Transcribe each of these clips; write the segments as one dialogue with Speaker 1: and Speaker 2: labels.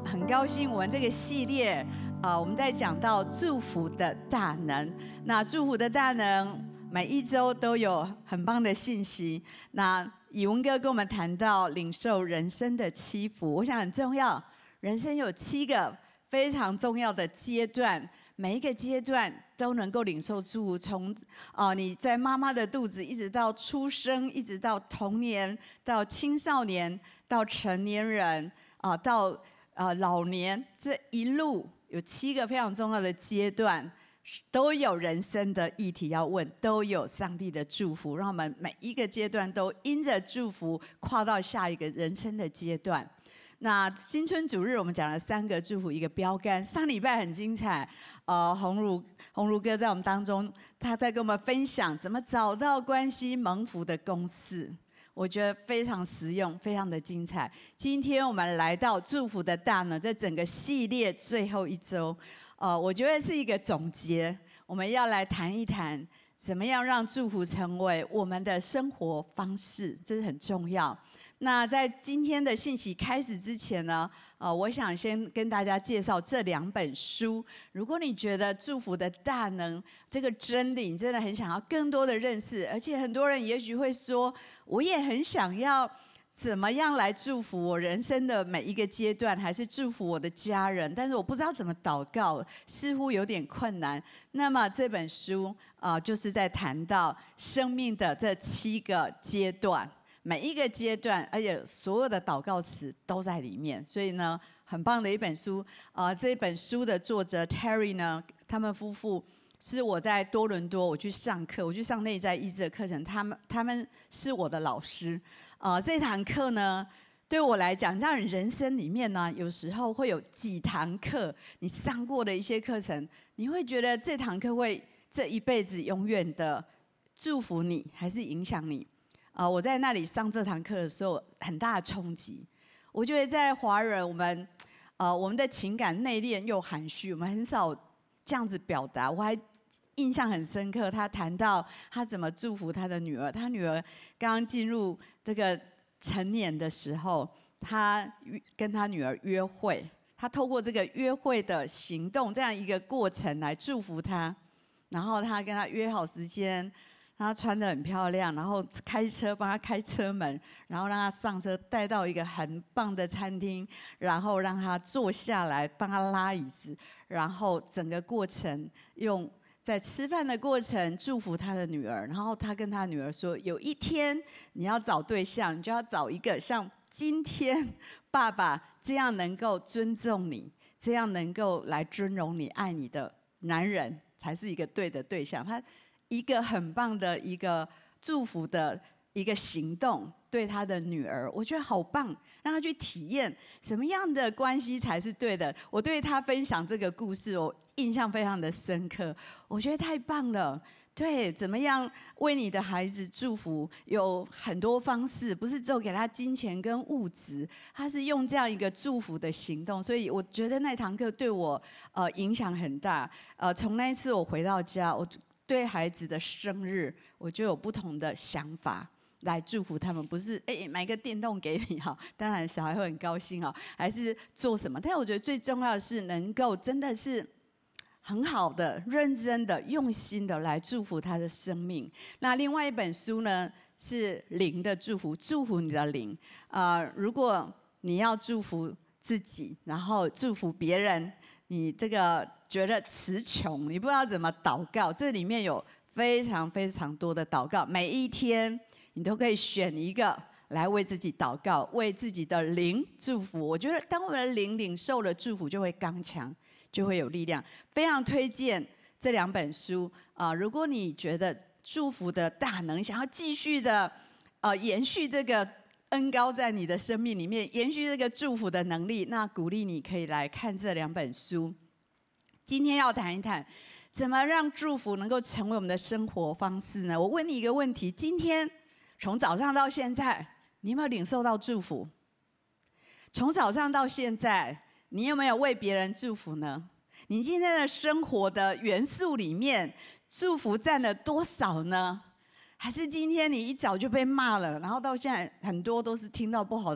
Speaker 1: 很高兴我们这个系列，我们在讲到祝福的大能。那祝福的大能，每一周都有很棒的信息。那以文哥跟我们谈到领受人生的7福，我想很重要。人生有7个非常重要的阶段，每一个阶段都能够领受祝福。从你在妈妈的肚子，一直到出生，一直到童年，到青少年，到成年人，到老年，这一路有7个非常重要的阶段，都有人生的议题要问，都有上帝的祝福，让我们每一个阶段都因着祝福跨到下一个人生的阶段。那新春主日我们讲了3个祝福，一个标杆。上礼拜很精彩，鸿儒哥在我们当中，他在跟我们分享怎么找到关系蒙福的公式，我觉得非常实用，非常的精彩。今天我们来到祝福的大能，这整个系列最后一周，我觉得是一个总结，我们要来谈一谈怎么样让祝福成为我们的生活方式，这是很重要。那在今天的信息开始之前呢，我想先跟大家介绍这2本书。如果你觉得祝福的大能这个真理，你真的很想要更多的认识，而且很多人也许会说，我也很想要怎么样来祝福我人生的每一个阶段，还是祝福我的家人，但是我不知道怎么祷告，似乎有点困难。那么这本书就是在谈到生命的这7个阶段。每一个阶段，而且所有的祷告词都在里面，所以呢，很棒的一本书。这本书的作者 Terry 呢，他们夫妇是我在多伦多我去上课，我去上内在医治的课程，他们是我的老师。这堂课呢，对我来讲，让人生里面呢，有时候会有几堂课，你上过的一些课程，你会觉得这堂课会这一辈子永远的祝福你，还是影响你？我在那里上这堂课的时候，很大的冲击。我觉得在华人，我们的情感内敛又含蓄，我们很少这样子表达。我还印象很深刻，他谈到他怎么祝福他的女儿。他女儿刚刚进入这个成年的时候，他跟他女儿约会，他透过这个约会的行动这样一个过程来祝福他。然后他跟他约好时间。她穿得很漂亮，然后开车帮她开车门，然后让她上车，带到一个很棒的餐厅，然后让她坐下来，帮她拉椅子，然后整个过程在吃饭的过程祝福她的女儿，然后他跟他女儿说，有一天你要找对象，你就要找一个像今天爸爸这样能够尊重你，这样能够来尊荣你、爱你的男人，才是一个对的对象。他一个很棒的一个祝福的一个行动，对他的女儿，我觉得好棒，让他去体验什么样的关系才是对的。我对他分享这个故事，我印象非常的深刻，我觉得太棒了。对，怎么样为你的孩子祝福，有很多方式，不是只有给他金钱跟物质，他是用这样一个祝福的行动。所以我觉得那堂课对我影响很大。从那一次我回到家，我对孩子的生日，我就有不同的想法来祝福他们，不是买个电动给你哈，当然小孩会很高兴哈，还是做什么？但我觉得最重要的是能够真的是很好的、认真的、用心的来祝福他的生命。那另外一本书呢是灵的祝福，祝福你的灵。如果你要祝福自己，然后祝福别人。你这个觉得词穷，你不知道怎么祷告，这里面有非常非常多的祷告，每一天你都可以选一个来为自己祷告，为自己的灵祝福。我觉得当我们的灵领受了祝福，就会刚强，就会有力量。非常推荐这2本书如果你觉得祝福的大能，想要继续的延续这个恩膏在你的生命里面，延续这个祝福的能力，那鼓励你可以来看这2本书。今天要谈一谈，怎么让祝福能够成为我们的生活方式呢？我问你一个问题：今天从早上到现在，你有没有领受到祝福？从早上到现在，你有没有为别人祝福呢？你今天的生活的元素里面，祝福占了多少呢？还是今天你一早就被骂了，然后到现在很多都是听到不好的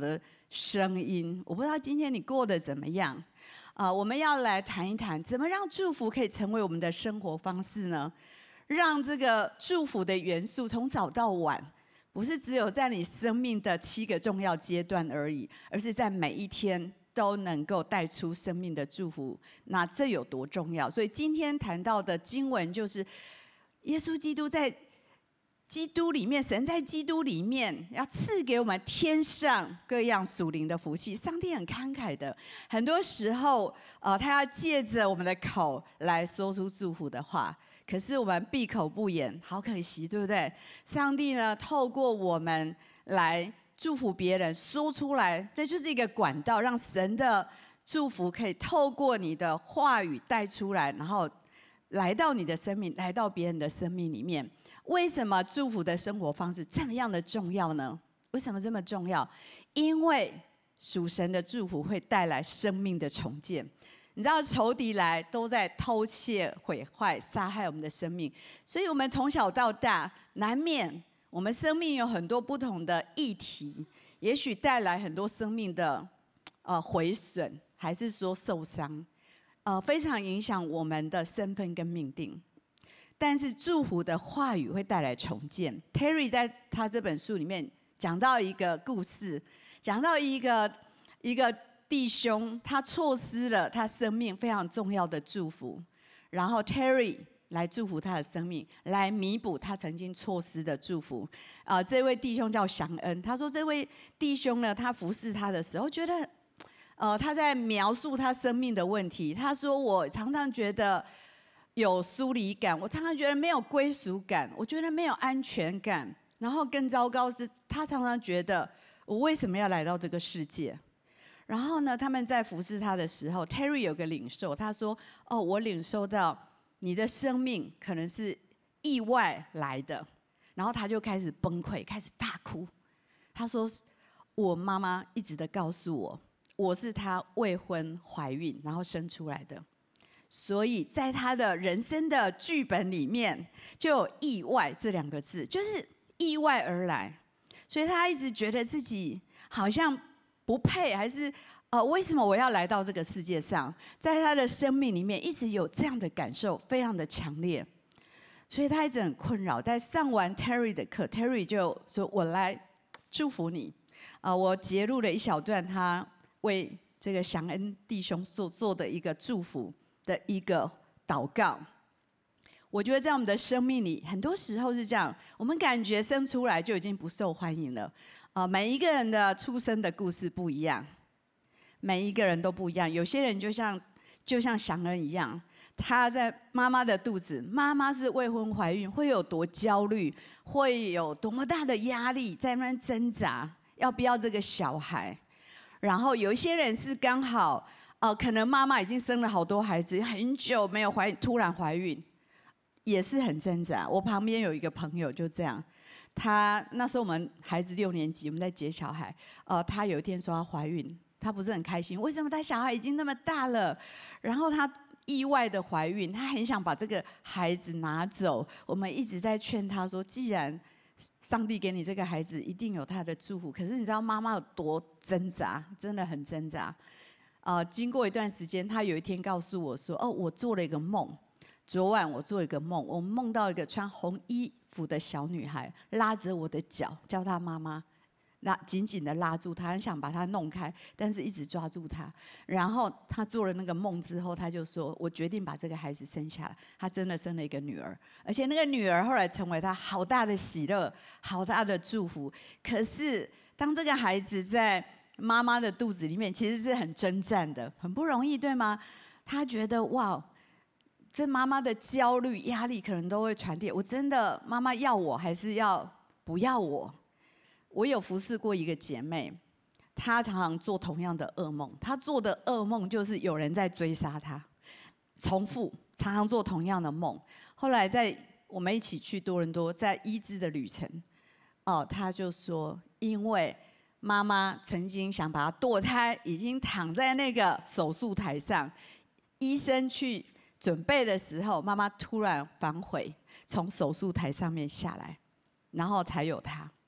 Speaker 1: 声音。我不知道今天你过得怎么样我们要来谈一谈，怎么让祝福可以成为我们的生活方式呢？让这个祝福的元素从早到晚，不是只有在你生命的7个重要阶段而已，而是在每一天都能够带出生命的祝福。那这有多重要？所以今天谈到的经文就是耶稣基督在基督里面，神在基督里面要赐给我们天上各样属灵的福气。上帝很慷慨的，很多时候他要借着我们的口来说出祝福的话，可是我们闭口不言，好可惜，对不对？上帝呢，透过我们来祝福别人，说出来，这就是一个管道，让神的祝福可以透过你的话语带出来，然后来到你的生命，来到别人的生命里面。为什么祝福的生活方式这么样的重要呢？为什么这么重要？因为属神的祝福会带来生命的重建。你知道仇敌来都在偷窃、毁坏、杀害我们的生命，所以我们从小到大难免我们生命有很多不同的议题，也许带来很多生命的毁损，还是说受伤，非常影响我们的身份跟命定。但是祝福的话语会带来重建。Terry 在他这本书里面讲到一个故事，讲到一个弟兄，他错失了他生命非常重要的祝福，然后 Terry 来祝福他的生命，来弥补他曾经错失的祝福。这位弟兄叫祥恩，他说这位弟兄呢，他服侍他的时候，觉得他在描述他生命的问题。他说我常常觉得有疏离感，我常常觉得没有归属感，我觉得没有安全感。然后更糟糕是，他常常觉得我为什么要来到这个世界？然后呢，他们在服侍他的时候 ，Terry 有个领受，他说：“哦，我领受到你的生命可能是意外来的。”然后他就开始崩溃，开始大哭。他说：“我妈妈一直的告诉我，我是她未婚怀孕，然后生出来的。”所以在他的人生的剧本里面，就有“意外”这2个字，就是意外而来。所以他一直觉得自己好像不配，还是为什么我要来到这个世界上？在他的生命里面一直有这样的感受，非常的强烈。所以他一直很困扰。在上完 Terry 的课 ，Terry 就说：“我来祝福你。”我截录了一小段他为这个祥恩弟兄做的一个祝福的一个祷告。我觉得在我们的生命里，很多时候是这样，我们感觉生出来就已经不受欢迎了。每一个人的出生的故事不一样，每一个人都不一样。有些人就像祥恩一样，他在妈妈的肚子，妈妈是未婚怀孕，会有多焦虑，会有多么大的压力，在那边挣扎，要不要这个小孩。然后有一些人是刚好可能妈妈已经生了好多孩子，很久没有怀孕，突然怀孕，也是很挣扎。我旁边有一个朋友就这样，他那时候我们孩子6年级，我们在接小孩，他有一天说她怀孕，他不是很开心，为什么他小孩已经那么大了，然后他意外的怀孕，他很想把这个孩子拿走。我们一直在劝他说，既然上帝给你这个孩子，一定有他的祝福。可是你知道妈妈有多挣扎，真的很挣扎。经过一段时间，他有一天告诉我说：“我做了一个梦，昨晚我做一个梦，我梦到一个穿红衣服的小女孩拉着我的脚，叫她妈妈，紧紧的拉住她，很想把她弄开，但是一直抓住她。然后他做了那个梦之后，他就说：我决定把这个孩子生下来。他真的生了一个女儿，而且那个女儿后来成为他好大的喜乐，好大的祝福。可是当这个孩子在妈妈的肚子里面，其实是很征战的，很不容易，对吗？他觉得哇，这妈妈的焦虑、压力可能都会传递。我真的妈妈要我还是要不要我？我有服侍过一个姐妹，她常常做同样的噩梦。她做的噩梦就是有人在追杀她，重复，常常做同样的梦。后来我们一起去多伦多，在医治的旅程，她就说，因为妈妈曾经想把她堕胎，已经躺在那个手术台上，医生去准备的时候，妈妈突然反悔，从手术台上面下来，然后才有她。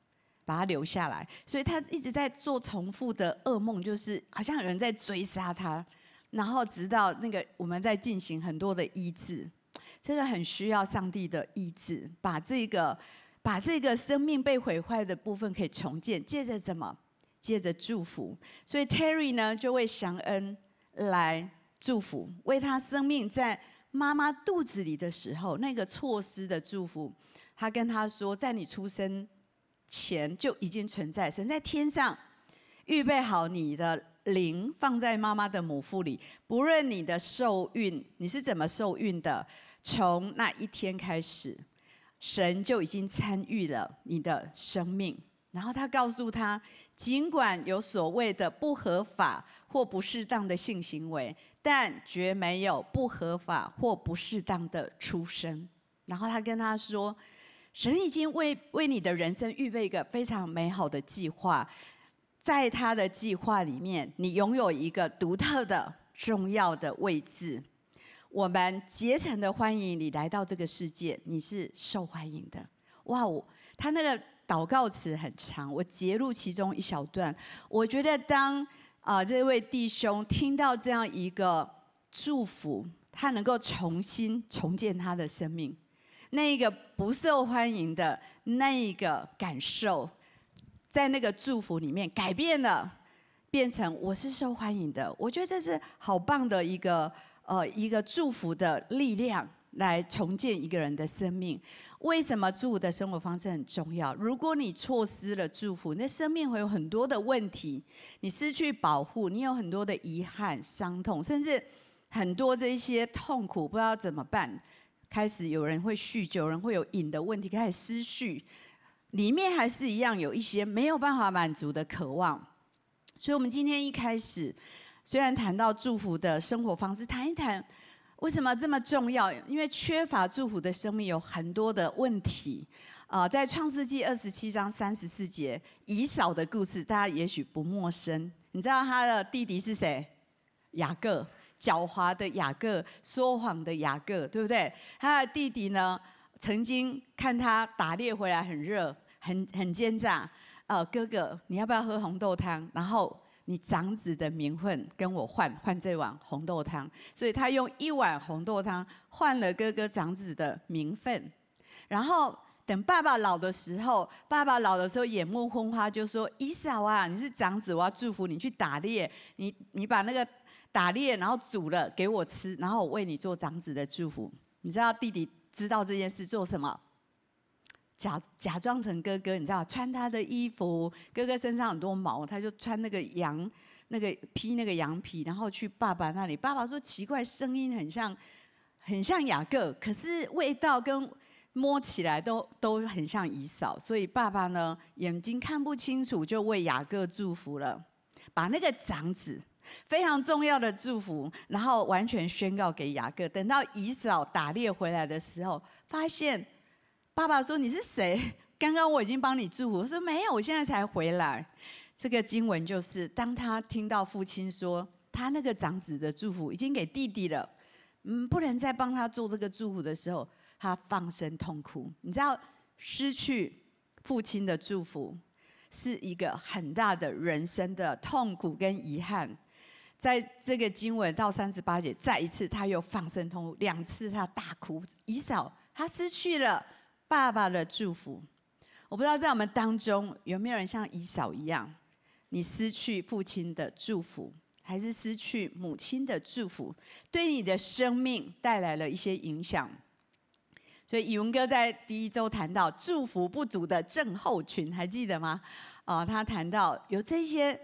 Speaker 1: 把他留下来，所以他一直在做重复的噩梦，就是好像有人在追杀他，然后直到我们在进行很多的医治，这个很需要上帝的医治，把这个生命被毁坏的部分可以重建，接着什么？接着祝福。所以 Terry 呢就为祥恩来祝福，为他生命在妈妈肚子里的时候那个错失的祝福。他跟他说，在你出生前就已经存在，神在天上预备好你的灵，放在妈妈的母腹里，不论你的受孕，你是怎么受孕的，从那一天开始，神就已经参与了你的生命。然后他告诉他，尽管有所谓的不合法或不适当的性行为，但绝没有不合法或不适当的出生。然后他跟他说，神已经为你的人生预备一个非常美好的计划，在他的计划里面，你拥有一个独特的重要的位置。我们竭诚的欢迎你来到这个世界，你是受欢迎的。哇，他那个祷告词很长，我截录其中一小段。我觉得当这位弟兄听到这样一个祝福，他能够重新重建他的生命，那一个不受欢迎的那一个感受，在那个祝福里面改变了，变成我是受欢迎的。我觉得这是好棒的一个祝福的力量，来重建一个人的生命。为什么祝福的生活方式很重要？如果你错失了祝福，那生命会有很多的问题，你失去保护，你有很多的遗憾、伤痛，甚至很多这些痛苦，不知道怎么办。开始有人会酗酒，有人会有瘾的问题，开始失序，里面还是一样有一些没有办法满足的渴望。所以我们今天一开始，虽然谈到祝福的生活方式，谈一谈为什么这么重要？因为缺乏祝福的生命有很多的问题。在创世纪27章34节，以扫的故事，大家也许不陌生。你知道他的弟弟是谁？雅各，狡猾的雅各，说谎的雅各，对不对？他的弟弟呢，曾经看他打猎回来很热，很奸诈。哥哥，你要不要喝红豆汤？然后你长子的名分跟我换这碗红豆汤，所以他用一碗红豆汤换了哥哥长子的名分。然后等爸爸老的时候，眼目昏花，就说：“以扫啊，你是长子，我要祝福你去打猎。你把那个打猎然后煮了给我吃，然后我为你做长子的祝福。”你知道弟弟知道这件事做什么？假装成哥哥，你知道，穿他的衣服，哥哥身上很多毛，他就穿披那个羊皮，然后去爸爸那里。爸爸说奇怪，声音很像雅各，可是味道跟摸起来都很像以扫，所以爸爸呢眼睛看不清楚，就为雅各祝福了，把那个长子非常重要的祝福，然后完全宣告给雅各。等到以扫打猎回来的时候，发现爸爸说：“你是谁？刚刚我已经帮你祝福。”我说：“没有，我现在才回来。”这个经文就是，当他听到父亲说他那个长子的祝福已经给弟弟了，不能再帮他做这个祝福的时候，他放声痛哭。你知道，失去父亲的祝福是一个很大的人生的痛苦跟遗憾。在这个经文到38节，再一次他又放声痛哭，2次他大哭。以扫他失去了爸爸的祝福。我不知道在我们当中有没有人像以扫一样，你失去父亲的祝福，还是失去母亲的祝福，对你的生命带来了一些影响。所以以文哥在第1周谈到祝福不足的症候群，还记得吗？他谈到有这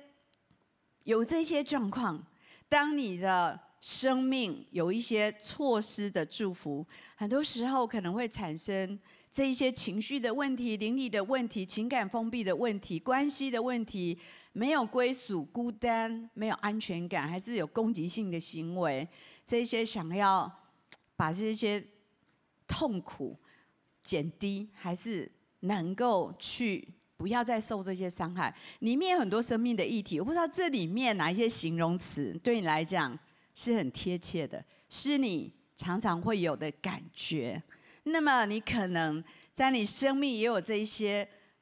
Speaker 1: 些状况，当你的生命有一些错失的祝福，很多时候可能会产生这一些情绪的问题、邻里的问题、情感封闭的问题、关系的问题，没有归属、孤单、没有安全感，还是有攻击性的行为，这些想要把这些痛苦减低，还是能够去不要再受这些伤害。里面有很多生命的议题，我不知道这里面哪一些形容词对你来讲是很贴切的，是你常常会有的感觉。那么你可能在你生命也有这一些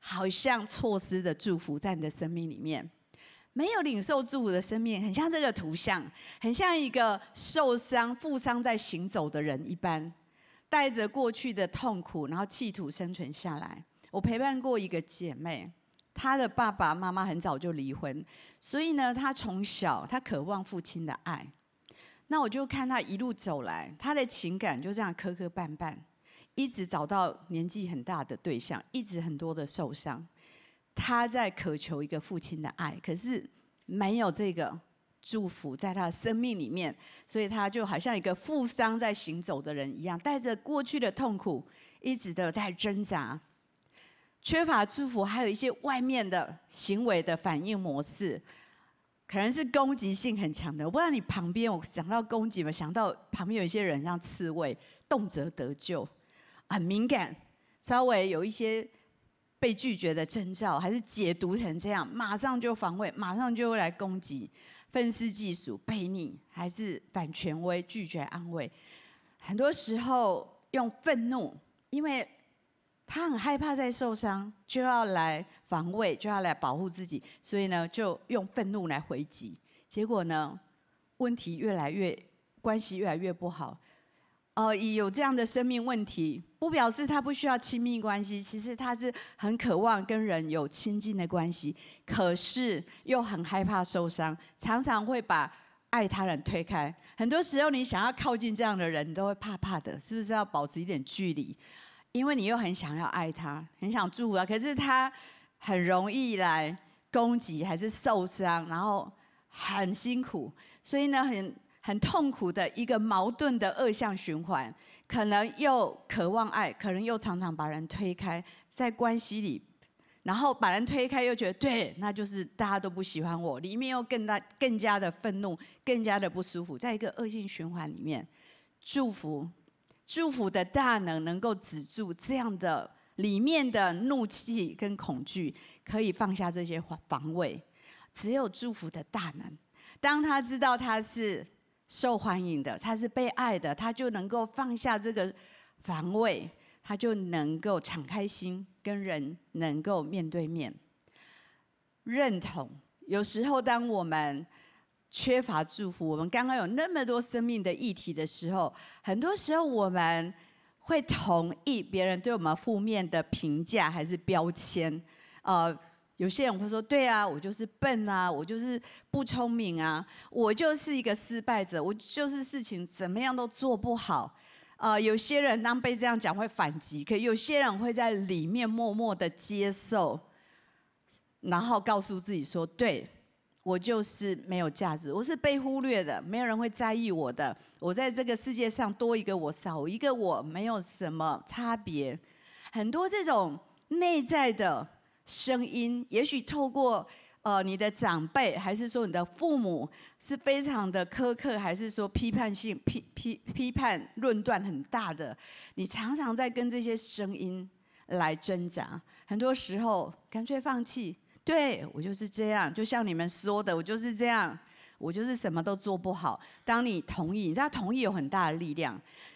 Speaker 1: 好像错失的祝福在你的生命里面。没有领受祝福的生命，很像这个图像，很像一个受伤、负伤在行走的人一般，带着过去的痛苦，然后企图生存下来。我陪伴过一个姐妹，她的爸爸妈妈很早就离婚，所以呢，她从小她渴望父亲的爱。那我就看她一路走来，她的情感就这样磕磕绊绊，一直找到年纪很大的对象，一直很多的受伤。他在渴求一个父亲的爱，可是没有这个祝福在他的生命里面，所以他就好像一个负伤在行走的人一样，带着过去的痛苦，一直的在挣扎。缺乏祝福，还有一些外面的行为的反应模式，可能是攻击性很强的。我不知道你旁边，我想到攻击，想到旁边有一些人像刺猬，动辄得咎，很敏感，稍微有一些被拒绝的征兆，还是解读成这样，马上就防卫，马上就会来攻击，愤世嫉俗、悖逆，还是反权威、拒绝安慰。很多时候用愤怒，因为他很害怕再受伤，就要来防卫，就要来保护自己，所以呢，就用愤怒来回击。结果呢，问题关系越来越不好。有这样的生命问题，不表示他不需要亲密关系，其实他是很渴望跟人有亲近的关系，可是又很害怕受伤，常常会把爱他人推开。很多时候，你想要靠近这样的人，你都会怕怕的，是不是要保持一点距离？因为你又很想要爱他，很想祝福他，可是他很容易来攻击，还是受伤，然后很辛苦，所以呢，很痛苦的一个矛盾的恶向循环，可能又渴望爱，可能又常常把人推开，在关系里，然后把人推开，又觉得对，那就是大家都不喜欢我，里面又更加的愤怒，更加的不舒服，在一个恶性循环里面，祝福的大能够止住这样的里面的怒气跟恐惧，可以放下这些防卫。只有祝福的大能，当他知道他是受欢迎的，他是被爱的，他就能够放下这个防卫，他就能够敞开心，跟人能够面对面认同。有时候，当我们缺乏祝福，我们刚刚有那么多生命的议题的时候，很多时候我们会同意别人对我们负面的评价还是标签。有些人会说：“对啊，我就是笨啊，我就是不聪明啊，我就是一个失败者，我就是事情怎么样都做不好。”有些人当被这样讲会反击，可有些人会在里面默默的接受，然后告诉自己说：“对，我就是没有价值，我是被忽略的，没有人会在意我的。我在这个世界上多一个我，少一个我，没有什么差别。”很多这种内在的声音，也许透过你的长辈，还是说你的父母是非常的苛刻，还是说批判论断很大的，你常常在跟这些声音来挣扎。很多时候干脆放弃，对，我就是这样，就像你们说的，我就是这样，我就是什么都做不好。当你同意，你知道同意有很大的力量，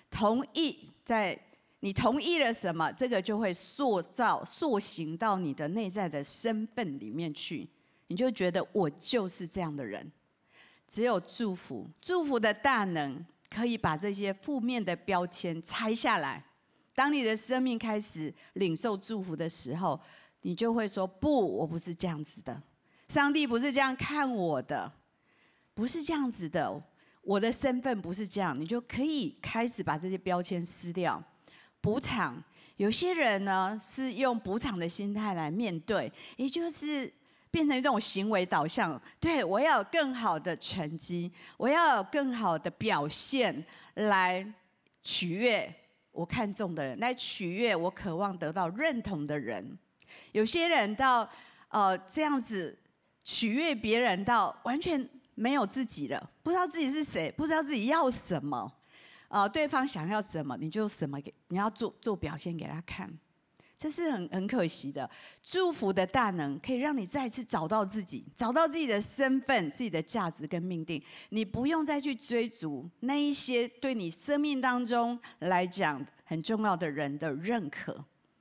Speaker 1: 你同意了什么，这个就会塑形到你的内在的身份里面去，你就觉得我就是这样的人。只有祝福的大能，可以把这些负面的标签拆下来。当你的生命开始领受祝福的时候，你就会说：“不，我不是这样子的，上帝不是这样看我的，不是这样子的，我的身份不是这样。”你就可以开始把这些标签撕掉。补偿，有些人呢是用补偿的心态来面对，也就是变成一种行为导向。对，我要有更好的成绩，我要有更好的表现，来取悦我看重的人，来取悦我渴望得到认同的人。有些人到这样子取悦别人，到完全没有自己了，不知道自己是谁，不知道自己要什么。对方想要什么，你就什么你要做表现给他看，这是很可惜的。祝福的大能可以让你再次找到自己的身份、自己的价值跟命定。你不用再去追逐那一些对你生命当中来讲很重要的人的认可。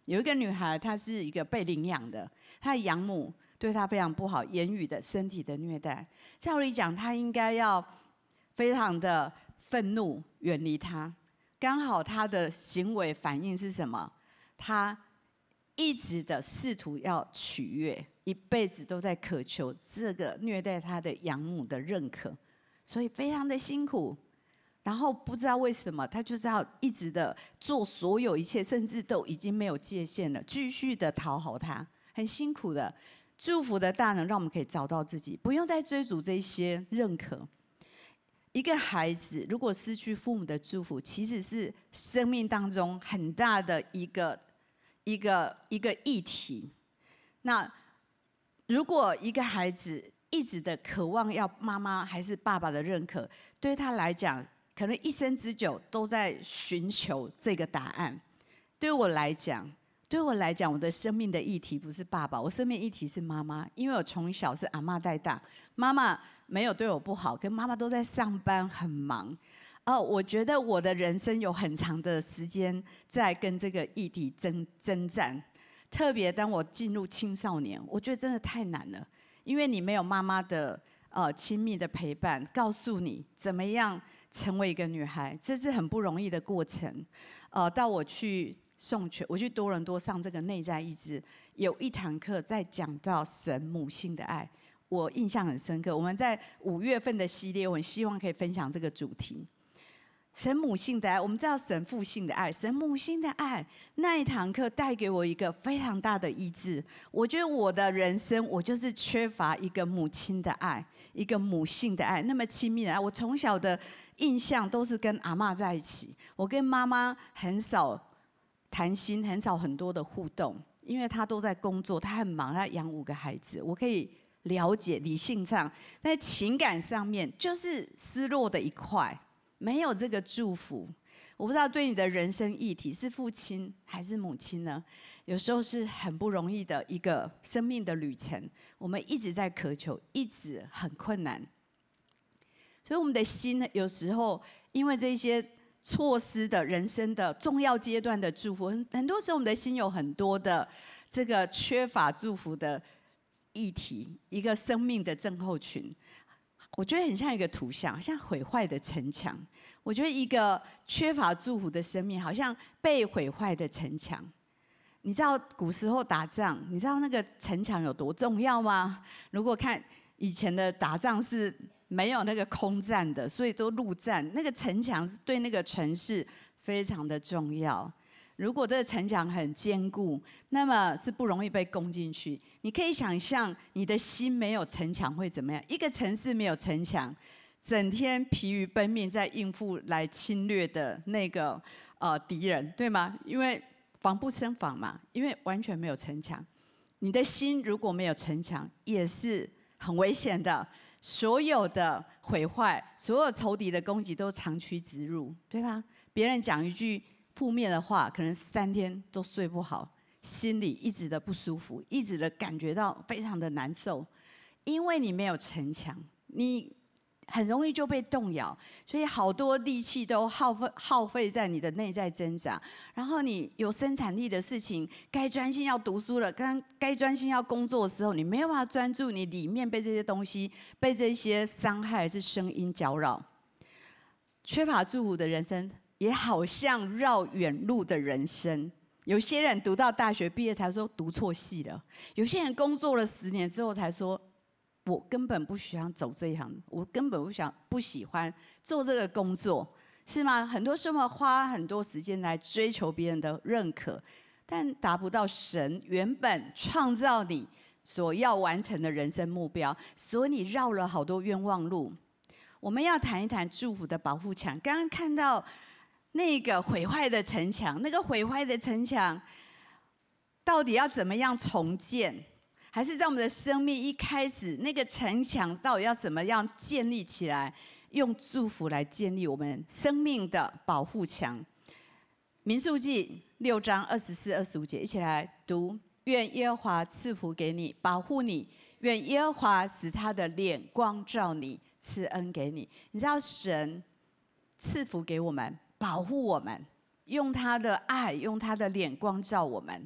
Speaker 1: 有一个女孩，她是一个被领养的，她的养母对她非常不好，言语的、身体的虐待。照理讲，她应该要非常的愤怒，远离她。刚好她的行为反应是什么？她一直的试图要取悦，一辈子都在渴求这个虐待她的养母的认可，所以非常的辛苦。然后不知道为什么，她就是要一直的做所有一切，甚至都已经没有界限了，继续的讨好她，很辛苦的。祝福的大能让我们可以找到自己，不用再追逐这些认可。一个孩子如果失去父母的祝福，其实是生命当中很大的一个议题。那如果一个孩子一直的渴望要妈妈还是爸爸的认可，对他来讲，可能一生之久都在寻求这个答案。对我来讲，我的生命的议题不是爸爸，我生命议题是妈妈，因为我从小是阿嬷带大，妈妈没有对我不好，跟妈妈都在上班，很忙。我觉得我的人生有很长的时间在跟这个议题征战，特别当我进入青少年，我觉得真的太难了，因为你没有妈妈的亲密的陪伴，告诉你怎么样成为一个女孩，这是很不容易的过程。到我去送权，我去多伦多上这个内在意志，有一堂课在讲到神母性的爱，我印象很深刻。我们在5月份的系列，我很希望可以分享这个主题。神母性的爱，我们知道神父性的爱，神母性的爱那一堂课带给我一个非常大的医治。我觉得我的人生，我就是缺乏一个母亲的爱，一个母性的爱，那么亲密的爱。我从小的印象都是跟阿嬷在一起，我跟妈妈很少谈心，很少很多的互动，因为她都在工作，她很忙，她养5个孩子。我可以了解理性上，在情感上面就是失落的一块。没有这个祝福，我不知道对你的人生议题是父亲还是母亲呢？有时候是很不容易的一个生命的旅程，我们一直在渴求，一直很困难。所以我们的心有时候因为这些错失的人生的重要阶段的祝福，很多时候我们的心有很多的这个缺乏祝福的议题，一个生命的症候群。我觉得很像一个图像，像毁坏的城墙。我觉得一个缺乏祝福的生命，好像被毁坏的城墙。你知道古时候打仗，你知道那个城墙有多重要吗？如果看以前的打仗是没有那个空战的，所以都陆战，那个城墙是对那个城市非常的重要。如果这个城墙很坚固，那么是不容易被攻进去。你可以想象，你的心没有城墙会怎么样？一个城市没有城墙，整天疲于奔命，在应付来侵略的那个敌人，对吗？因为防不胜防嘛，因为完全没有城墙。你的心如果没有城墙，也是很危险的。所有的毁坏，所有仇敌的攻击都长驱直入，对吧？别人讲一句负面的话，可能3天都睡不好，心里一直的不舒服，一直的感觉到非常的难受，因为你没有城墙，你很容易就被动摇，所以好多力气都耗费在你的内在挣扎。然后你有生产力的事情，该专心要读书了，该专心要工作的时候，你没有办法专注，你里面被这些东西、被这些伤害是声音搅扰，缺乏祝福的人生。也好像绕远路的人生，有些人读到大学毕业才说读错系了，有些人工作了10年之后才说，我根本不喜欢走这一行，我根本不喜欢做这个工作，是吗？很多时候花很多时间来追求别人的认可，但达不到神原本创造你所要完成的人生目标，所以你绕了好多冤枉路。我们要谈一谈祝福的保护墙。刚刚看到那个毁坏的城墙，那个毁坏的城墙，到底要怎么样重建？还是在我们的生命一开始，那个城墙到底要怎么样建立起来？用祝福来建立我们生命的保护墙。民数记6章24、25节，一起来读：愿耶和华赐福给你，保护你；愿耶和华使他的脸光照你，赐恩给你。你知道神赐福给我们，保护我们，用他的爱，用他的脸光照我们。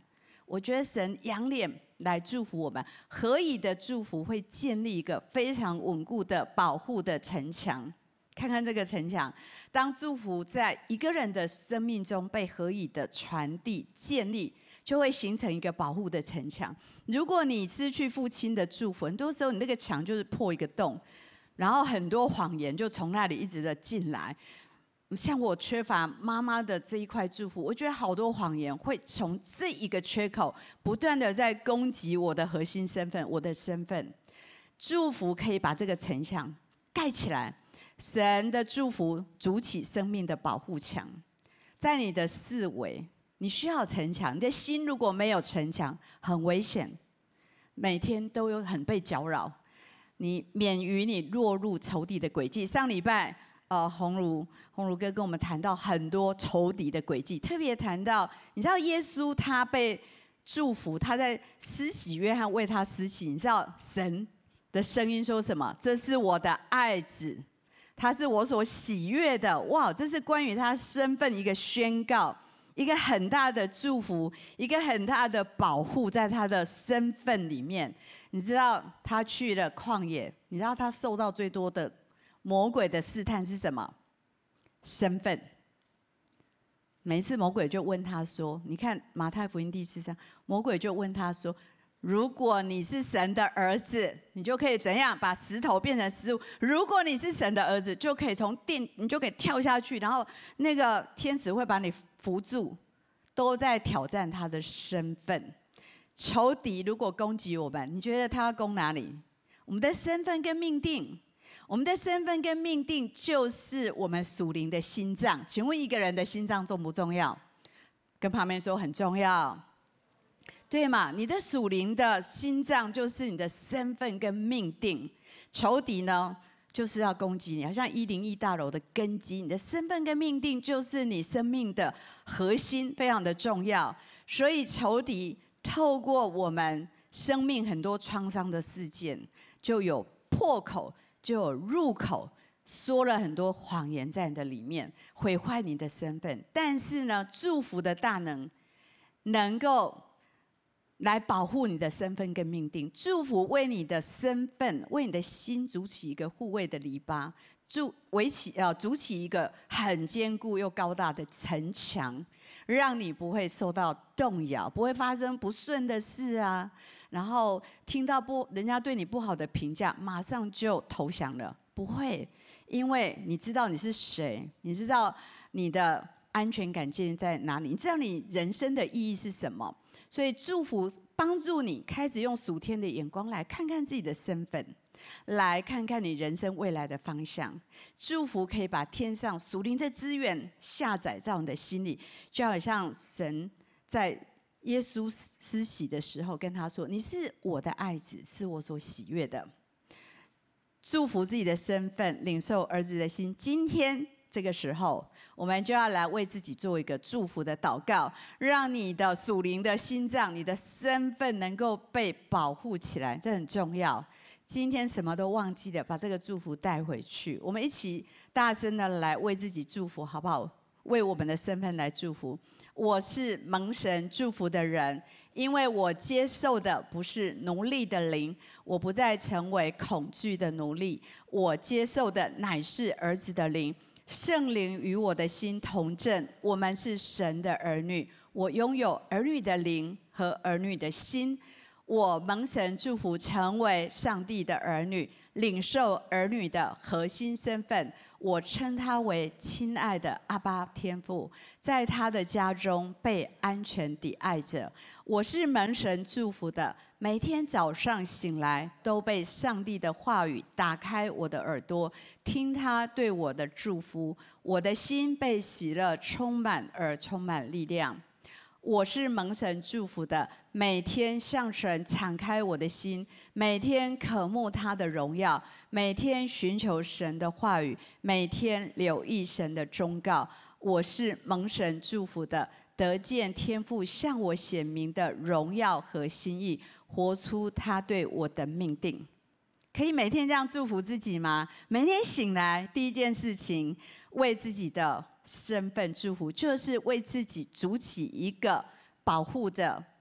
Speaker 1: 我觉得神仰脸来祝福我们，何以的祝福会建立一个非常稳固的保护的城墙。看看这个城墙，当祝福在一个人的生命中被何以的传递建立，就会形成一个保护的城墙。如果你失去父亲的祝福，很多时候你那个墙就是破一个洞，然后很多谎言就从那里一直的进来。像我缺乏妈妈的这一块祝福，我觉得好多谎言会从这一个缺口不断的在攻击我的核心身份，我的身份。祝福可以把这个城墙盖起来，神的祝福筑起生命的保护墙。在你的四围，你需要城墙。你的心如果没有城墙，很危险，每天都有很被搅扰，你免于你落入仇敌的诡计。上礼拜。鸿儒哥跟我们谈到很多仇敌的诡计，特别谈到，你知道耶稣他被祝福，他在施洗约翰为他施洗，你知道神的声音说什么？这是我的爱子，他是我所喜悦的。哇，这是关于他身份一个宣告，一个很大的祝福，一个很大的保护，在他的身份里面。你知道他去了旷野，你知道他受到最多的魔鬼的试探是什么？身份。每一次魔鬼就问他说：“你看马太福音第4章，魔鬼就问他说：如果你是神的儿子，你就可以怎样把石头变成食物？如果你是神的儿子，就可以从殿，你就可以跳下去，然后那个天使会把你扶住。”都在挑战他的身份。仇敌如果攻击我们，你觉得他要攻哪里？我们的身份跟命定。我们的身份跟命定就是我们属灵的心脏。请问一个人的心脏重不重要？跟旁边说很重要，对嘛？你的属灵的心脏就是你的身份跟命定。仇敌呢，就是要攻击你，好像101大楼的根基。你的身份跟命定就是你生命的核心，非常的重要。所以仇敌透过我们生命很多创伤的事件，就有破口。就有入口，说了很多谎言在你的里面，毁坏你的身份。但是呢，祝福的大能能够来保护你的身份跟命定。祝福为你的身份、为你的心筑起一个护卫的篱笆，筑起一个很坚固又高大的城墙，让你不会受到动摇，不会发生不顺的事啊。然后听到人家对你不好的评价，马上就投降了，不会，因为你知道你是谁，你知道你的安全感建立在哪里，你知道你人生的意义是什么。所以祝福帮助你开始用属天的眼光来看看自己的身份，来看看你人生未来的方向。祝福可以把天上属灵的资源下载在你的心里，就好像神在耶稣施洗的时候跟他说：“你是我的爱子，是我所喜悦的。”祝福自己的身份，领受儿子的心。今天这个时候，我们就要来为自己做一个祝福的祷告，让你的属灵的心脏、你的身份能够被保护起来，这很重要。今天什么都忘记了，把这个祝福带回去。我们一起大声的来为自己祝福，好不好？为我们的身份来祝福。我是蒙神祝福的人，因为我接受的不是奴隶的灵，我不再成为恐惧的奴隶，我接受的乃是儿子的灵。圣灵与我的心同证，我们是神的儿女。我拥有儿女的灵和儿女的心。我蒙神祝福，成为上帝的儿女，领受儿女的核心身份。我称他为亲爱的阿爸天父，在他的家中被安全地爱着。我是蒙神祝福的，每天早上醒来都被上帝的话语打开我的耳朵，听他对我的祝福。我的心被喜乐充满而充满力量。我是蒙神祝福的，每天向神敞开我的心，每天渴慕他的荣耀，每天寻求神的话语，每天留意神的忠告。我是蒙神祝福的，得见天父向我显明的荣耀和心意，活出他对我的命定。可以每天这样祝福自己吗？每天醒来第一件事情，为自己的身份祝福，就是为自己筑起一个保护的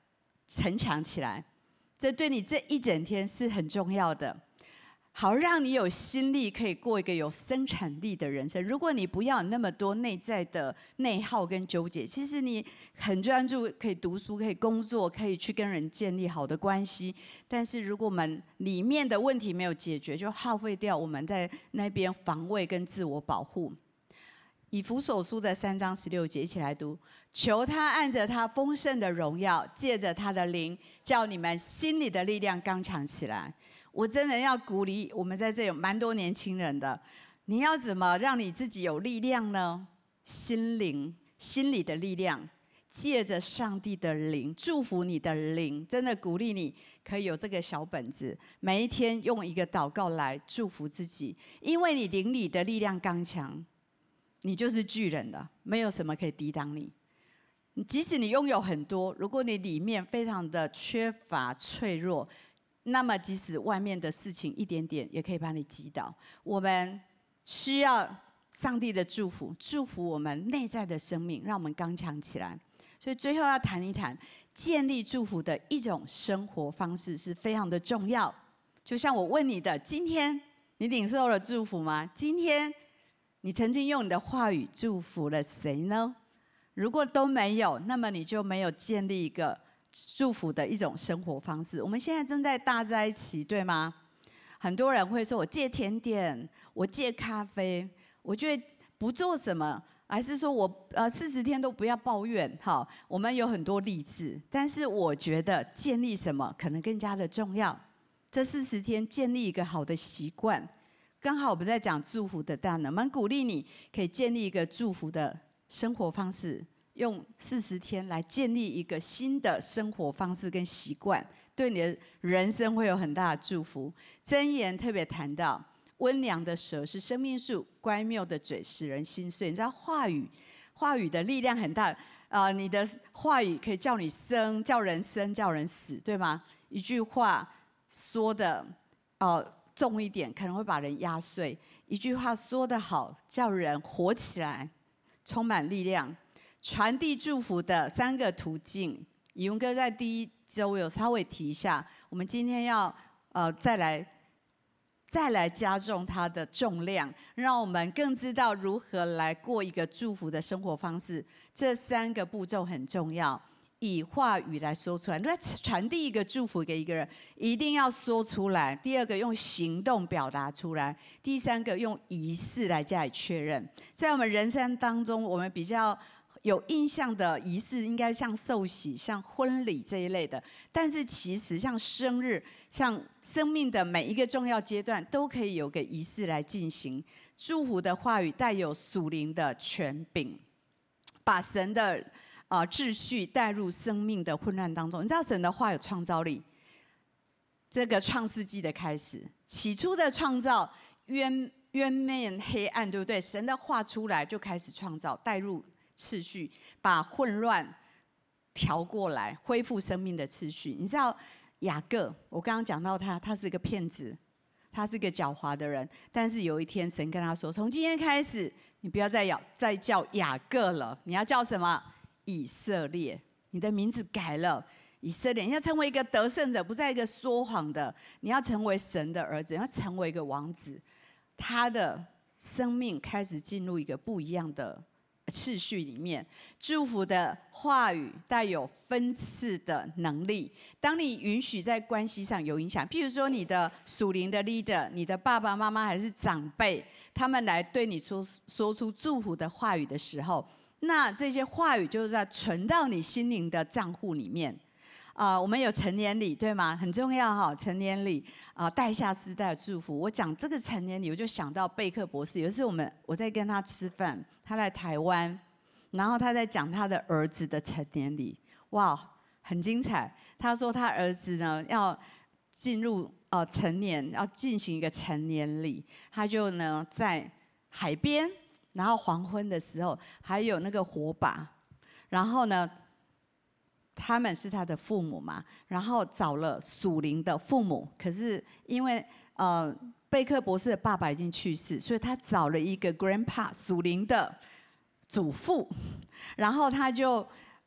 Speaker 1: 城墙起来，这对你这一整天是很重要的。好让你有心力，可以过一个有生产力的人生。如果你不要有那么多内在的内耗跟纠结，其实你很专注，可以读书，可以工作，可以去跟人建立好的关系。但是如果我们里面的问题没有解决，就耗费掉我们在那边防卫跟自我保护。以弗所书的3章16节，一起来读：求他按着他丰盛的荣耀，借着他的灵，叫你们心里的力量刚强起来。我真的要鼓励我们在这有蛮多年轻人的，你要怎么让你自己有力量呢？心里的力量，借着上帝的灵祝福你的灵，真的鼓励你可以有这个小本子，每一天用一个祷告来祝福自己，因为你灵里的力量刚强，你就是巨人了，没有什么可以抵挡你。即使你拥有很多，如果你里面非常的缺乏脆弱，那么即使外面的事情一点点也可以把你击倒。我们需要上帝的祝福，祝福我们内在的生命，让我们刚强起来。所以最后要谈一谈建立祝福的一种生活方式是非常的重要。就像我问你的，今天你领受了祝福吗？今天你曾经用你的话语祝福了谁呢？如果都没有，那么你就没有建立一个祝福的一种生活方式。我们现在正在大灾期，对吗？很多人会说：“我戒甜点，我戒咖啡，我觉得不做什么，还是说我40天都不要抱怨。”好，我们有很多励志，但是我觉得建立什么可能更加的重要。这40天建立一个好的习惯，刚好我们在讲祝福的大能，我们鼓励你可以建立一个祝福的生活方式。用40天来建立一个新的生活方式跟习惯，对你的人生会有很大的祝福。箴言特别谈到，温良的舌是生命树，乖谬的嘴使人心碎。你知道话语的力量很大，你的话语可以叫你生，叫人生，叫人死，对吗？一句话说的重一点，可能会把人压碎；一句话说得好，叫人活起来，充满力量。传递祝福的3个途径，以文哥在第1周有稍微提一下，我们今天要再来加重它的重量，让我们更知道如何来过一个祝福的生活方式。这3个步骤很重要，以话语来说出来。如果传递一个祝福给一个人，一定要说出来；第2个用行动表达出来；第3个用仪式来加以确认。在我们人生当中，我们比较有印象的仪式应该像受洗、像婚礼这一类的，但是其实像生日、像生命的每一个重要阶段，都可以有个仪式来进行。祝福的话语带有属灵的权柄，把神的秩序带入生命的混乱当中。你知道神的话有创造力，这个创世纪的开始，起初的创造渊面黑暗，对不对？神的话出来就开始创造，带入秩序，把混乱调过来，恢复生命的秩序。你知道雅各，我刚刚讲到他是一个骗子，他是个狡猾的人。但是有一天，神跟他说：“从今天开始，你不要再叫雅各了，你要叫什么？以色列。你的名字改了，以色列。你要成为一个得胜者，不再一个说谎的。你要成为神的儿子，你要成为一个王子。”他的生命开始进入一个不一样的次序里面。祝福的话语带有分次的能力。当你允许在关系上有影响，譬如说你的属灵的 leader， 你的爸爸妈妈还是长辈，他们来对你说出祝福的话语的时候，那这些话语就是在存到你心灵的账户里面。我们有成年礼，对吗？很重要哈，成年礼带下世代的祝福。我讲这个成年礼，我就想到贝克博士。有一次我在跟他吃饭，他来台湾，然后他在讲他的儿子的成年礼，哇，很精彩。他说他儿子呢要进入成年，要进行一个成年礼，他就呢在海边，然后黄昏的时候还有那个火把，然后呢。他们是他的父母嘛，然后找了属灵的父母，可是因为贝克博士的爸爸已经去世，所以他找了一个 grandpa 属灵的祖父，然后他就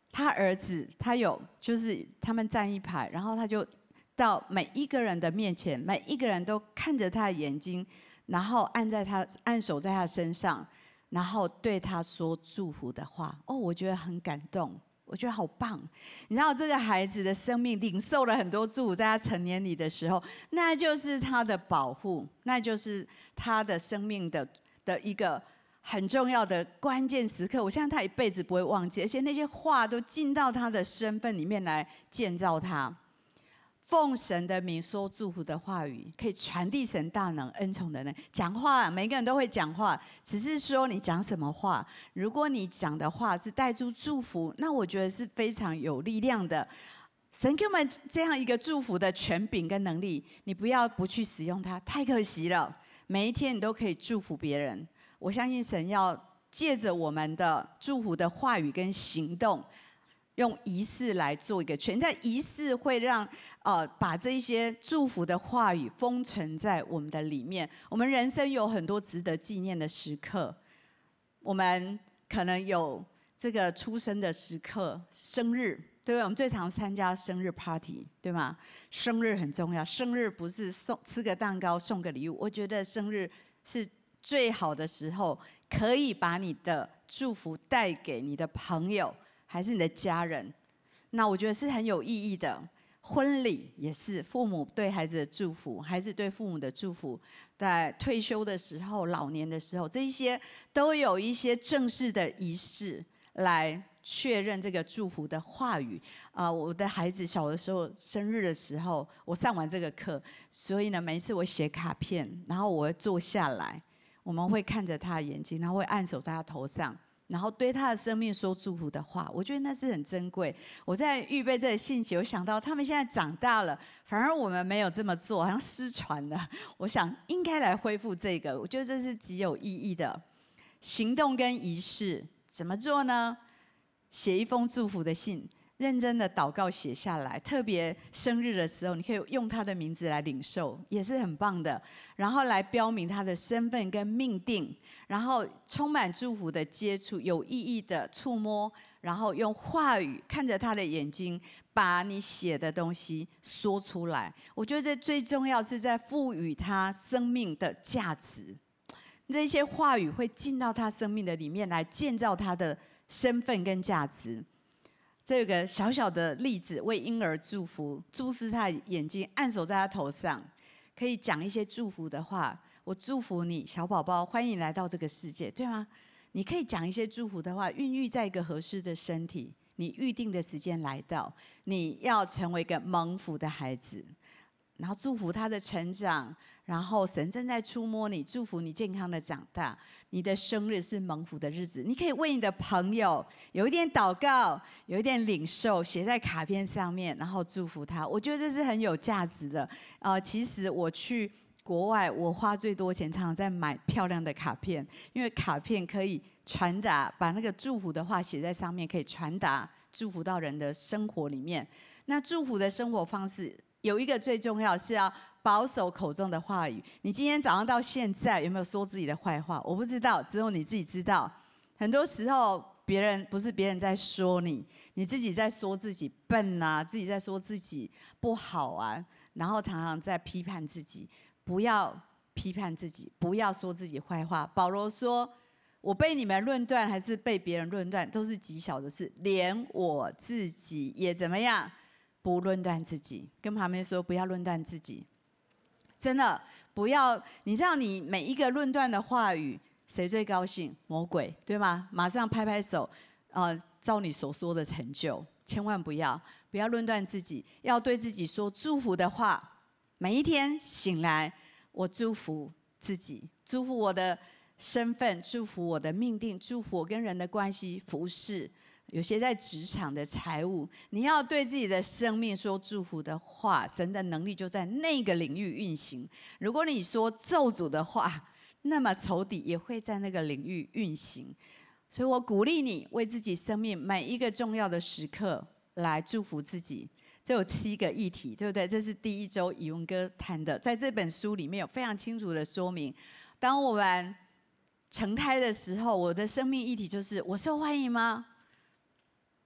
Speaker 1: 他儿子他有就是他们站一排，然后他就到每一个人的面前，每一个人都看着他的眼睛，然后按手在他身上，然后对他说祝福的话。哦，我觉得很感动，我觉得好棒。你知道这个孩子的生命领受了很多祝福，在他成年礼的时候，那就是他的保护，那就是他的生命的一个很重要的关键时刻。我相信他一辈子不会忘记，而且那些话都进到他的身份里面来建造他。奉神的名说祝福的话语，可以传递神大能恩宠的人。讲话，每个人都会讲话，只是说你讲什么话。如果你讲的话是带出祝福，那我觉得是非常有力量的。神给我们这样一个祝福的权柄跟能力，你不要不去使用它，太可惜了。每一天你都可以祝福别人。我相信神要借着我们的祝福的话语跟行动，用仪式来做一个全在仪式会让把这一些祝福的话语封存在我们的里面。我们人生有很多值得纪念的时刻，我们可能有这个出生的时刻，生日，对不对？我们最常参加生日 party， 对吗？生日很重要，生日不是吃个蛋糕送个礼物，我觉得生日是最好的时候，可以把你的祝福带给你的朋友，还是你的家人，那我觉得是很有意义的。婚礼也是父母对孩子的祝福，孩子对父母的祝福，在退休的时候、老年的时候，这一些都有一些正式的仪式来确认这个祝福的话语。我的孩子小的时候生日的时候，我上完这个课，所以呢，每一次我写卡片，然后我会坐下来，我们会看着他的眼睛，然后会按手在他头上，然后对他的生命说祝福的话。我觉得那是很珍贵。我在预备这个信息，我想到他们现在长大了，反而我们没有这么做，好像失传了。我想应该来恢复这个，我觉得这是极有意义的行动跟仪式。怎么做呢？写一封祝福的信，认真的祷告写下来，特别生日的时候，你可以用他的名字来领受，也是很棒的。然后来标明他的身份跟命定，然后充满祝福的接触，有意义的触摸，然后用话语看着他的眼睛，把你写的东西说出来。我觉得这最重要，是在赋予他生命的价值。这些话语会进到他生命的里面来建造他的身份跟价值。这有个小小的例子，为婴儿祝福，注视他的眼睛，按手在他头上，可以讲一些祝福的话。我祝福你，小宝宝，欢迎来到这个世界，对吗？你可以讲一些祝福的话，孕育在一个合适的身体，你预定的时间来到，你要成为一个蒙福的孩子，然后祝福他的成长。然后神正在触摸你，祝福你健康的长大。你的生日是蒙福的日子，你可以为你的朋友有一点祷告，有一点领受，写在卡片上面，然后祝福他。我觉得这是很有价值的。其实我去国外，我花最多钱常常在买漂亮的卡片，因为卡片可以传达，把那个祝福的话写在上面，可以传达祝福到人的生活里面。那祝福的生活方式有一个最重要是要保守口中的话语。你今天早上到现在有没有说自己的坏话？我不知道，只有你自己知道。很多时候别人不是别人在说你，你自己在说自己笨啊，自己在说自己不好啊，然后常常在批判自己。不要批判自己，不要说自己坏话。保罗说：“我被你们论断，还是被别人论断，都是极小的事，连我自己也怎么样？不论断自己。”跟旁边说，不要论断自己。真的不要，你知道你每一个论断的话语，谁最高兴？魔鬼，对吗？马上拍拍手，照你所说的成就。千万不要论断自己，要对自己说祝福的话。每一天醒来，我祝福自己，祝福我的身份，祝福我的命定，祝福我跟人的关系、服事。有些在职场的财务，你要对自己的生命说祝福的话，神的能力就在那个领域运行。如果你说咒诅的话，那么仇敌也会在那个领域运行。所以我鼓励你为自己生命每一个重要的时刻来祝福自己。这有7个议题，对不对？这是第一周以文哥谈的，在这本书里面有非常清楚的说明。当我们成胎的时候，我的生命议题就是：我受欢迎吗？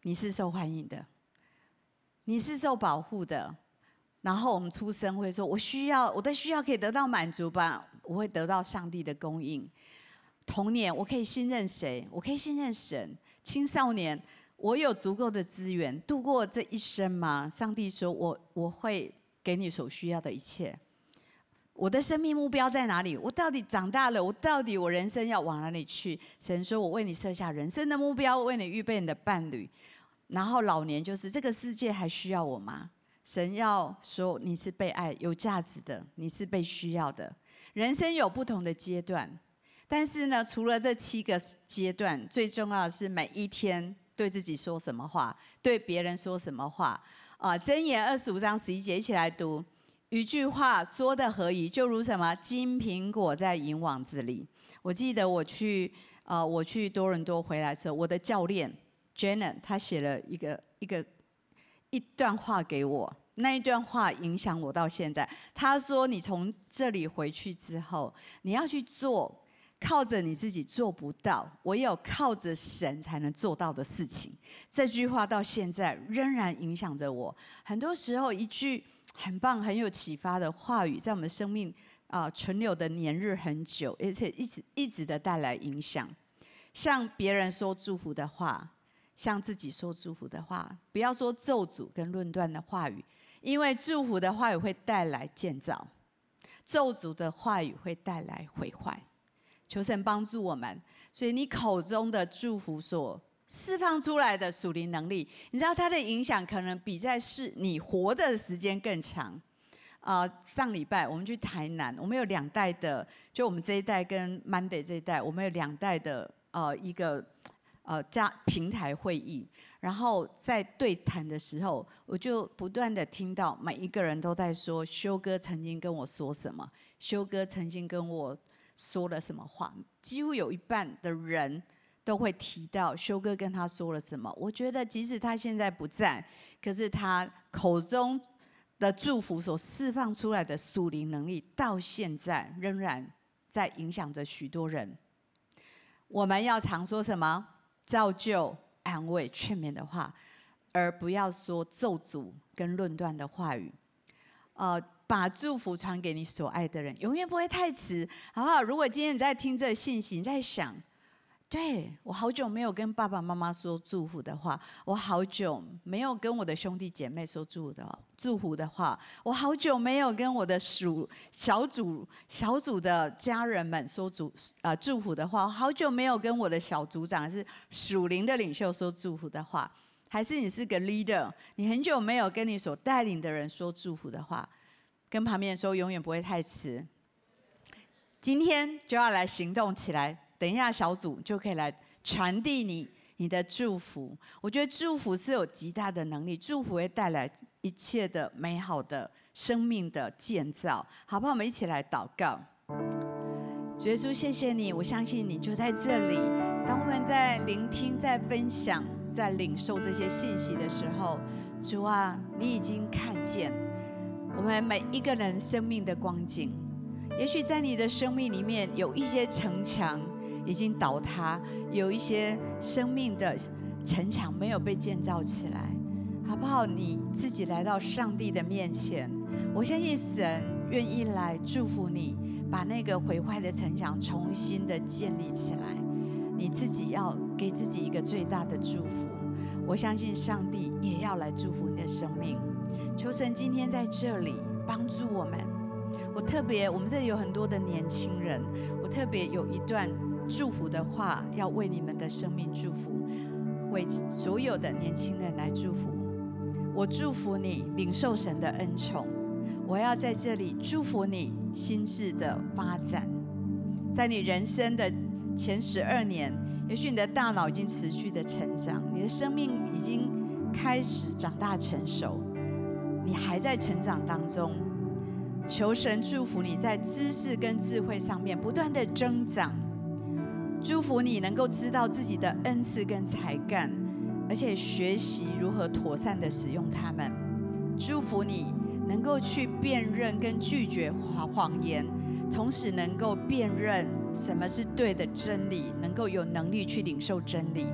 Speaker 1: 你是受欢迎的，你是受保护的。然后我们出生会说，我的需要可以得到满足吧，我会得到上帝的供应。童年我可以信任谁？我可以信任神。青少年我有足够的资源度过这一生吗？上帝说我会给你所需要的一切。我的生命目标在哪里？我到底长大了，我人生要往哪里去？神说我为你设下人生的目标，为你预备你的伴侣。然后老年就是这个世界还需要我吗？神要说你是被爱有价值的，你是被需要的。人生有不同的阶段，但是呢，除了这7个阶段，最重要的是每一天对自己说什么话，对别人说什么话。箴言25章11节，一起来读。一句话说的合宜，就如什么金苹果在银网子里。我记得我去多伦多回来的时候，我的教练 Janet 他写了一段话给我，那一段话影响我到现在。他说：“你从这里回去之后，你要去做靠着你自己做不到，唯有靠着神才能做到的事情。”这句话到现在仍然影响着我。很多时候，一句很棒、很有启发的话语，在我们生命存留的年日很久，而且一直的带来影响。向别人说祝福的话，向自己说祝福的话，不要说咒诅跟论断的话语，因为祝福的话语会带来建造，咒诅的话语会带来毁坏。求神帮助我们。所以你口中的祝福所释放出来的属灵能力，你知道它的影响可能比在你活的时间更长。上礼拜我们去台南，我们有2代的，就我们这一代跟 Monday 这一代，我们有2代的一个平台会议。然后在对谈的时候，我就不断的听到每一个人都在说修哥曾经跟我说什么，修哥曾经跟我说了什么话，几乎有一半的人都会提到修哥跟他说了什么。我觉得即使他现在不在，可是他口中的祝福所释放出来的属灵能力，到现在仍然在影响着许多人。我们要常说什么？造就、安慰、劝勉的话，而不要说咒诅跟论断的话语。把祝福传给你所爱的人，永远不会太迟，好不好？如果今天你在听这个信息，你在想，对，我好久没有跟爸爸妈妈说祝福的话，我好久没有跟我的兄弟姐妹说祝福的话，我好久没有跟我的小组的家人们说祝福的话，好久没有跟我的小组长是属灵的领袖说祝福的话，还是你是个 leader， 你很久没有跟你所带领的人说祝福的话，跟旁边人说永远不会太迟，今天就要来行动起来。等一下小组就可以来传递你的祝福。我觉得祝福是有极大的能力，祝福会带来一切的美好的生命的建造，好不好？我们一起来祷告。主耶稣，谢谢你，我相信你就在这里。当我们在聆听、在分享、在领受这些信息的时候，主啊，你已经看见我们每一个人生命的光景。也许在你的生命里面有一些城墙已经倒塌，有一些生命的城墙没有被建造起来，好不好？你自己来到上帝的面前，我相信神愿意来祝福你，把那个毁坏的城墙重新的建立起来。你自己要给自己一个最大的祝福，我相信上帝也要来祝福你的生命。求神今天在这里帮助我们。我们这里有很多的年轻人，我特别有一段祝福的话要为你们的生命祝福，为所有的年轻人来祝福。我祝福你领受神的恩宠，我要在这里祝福你心智的发展。在你人生的前12年，也许你的大脑已经持续的成长，你的生命已经开始长大成熟，你还在成长当中。求神祝福你在知识跟智慧上面不断的增长，祝福你能够知道自己的恩赐跟才干，而且学习如何妥善的使用它们。祝福你能够去辨认跟拒绝谎言，同时能够辨认什么是对的真理，能够有能力去领受真理。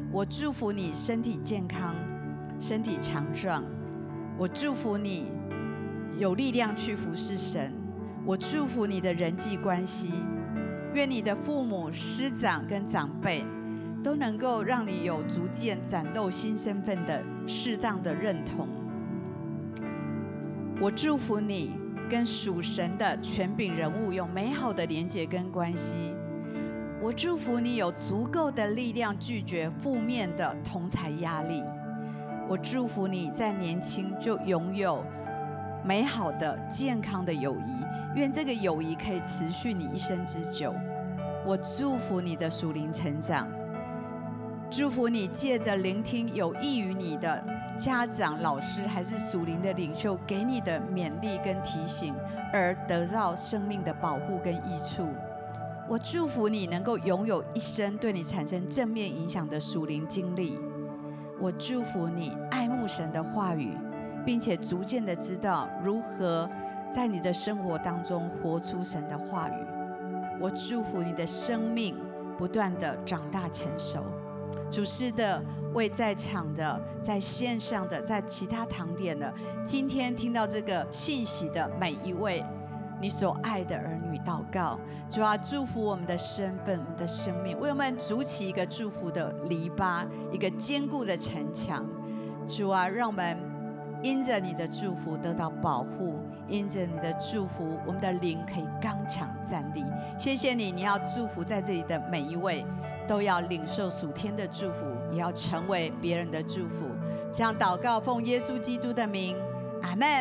Speaker 1: 我祝福你身体健康，身体强壮。我祝福你有力量去服侍神。我祝福你的人际关系，愿你的父母、师长跟长辈都能够让你有逐渐展露新身份的适当的认同。我祝福你跟属神的权柄人物有美好的连结跟关系。我祝福你有足够的力量拒绝负面的同侪压力。我祝福你在年轻就拥有美好的健康的友谊，愿这个友谊可以持续你一生之久。我祝福你的属灵成长，祝福你借着聆听有益于你的家长、老师还是属灵的领袖给你的勉励跟提醒，而得到生命的保护跟益处。我祝福你能够拥有一生对你产生正面影响的属灵经历。我祝福你爱慕神的话语，并且逐渐的知道如何在你的生活当中活出神的话语。我祝福你的生命不断的长大成熟。主是的，为在场的、在线上的、在其他堂点的，今天听到这个信息的每一位你所爱的儿女祷告。主啊，祝福我们的身份、我们的生命，为我们筑起一个祝福的篱笆，一个坚固的城墙。主啊，让我们因着你的祝福得到保护，因着你的祝福，我们的灵可以刚强站立。谢谢你，你要祝福在这里的每一位，都要领受属天的祝福，也要成为别人的祝福。这样祷告，奉耶稣基督的名，阿们。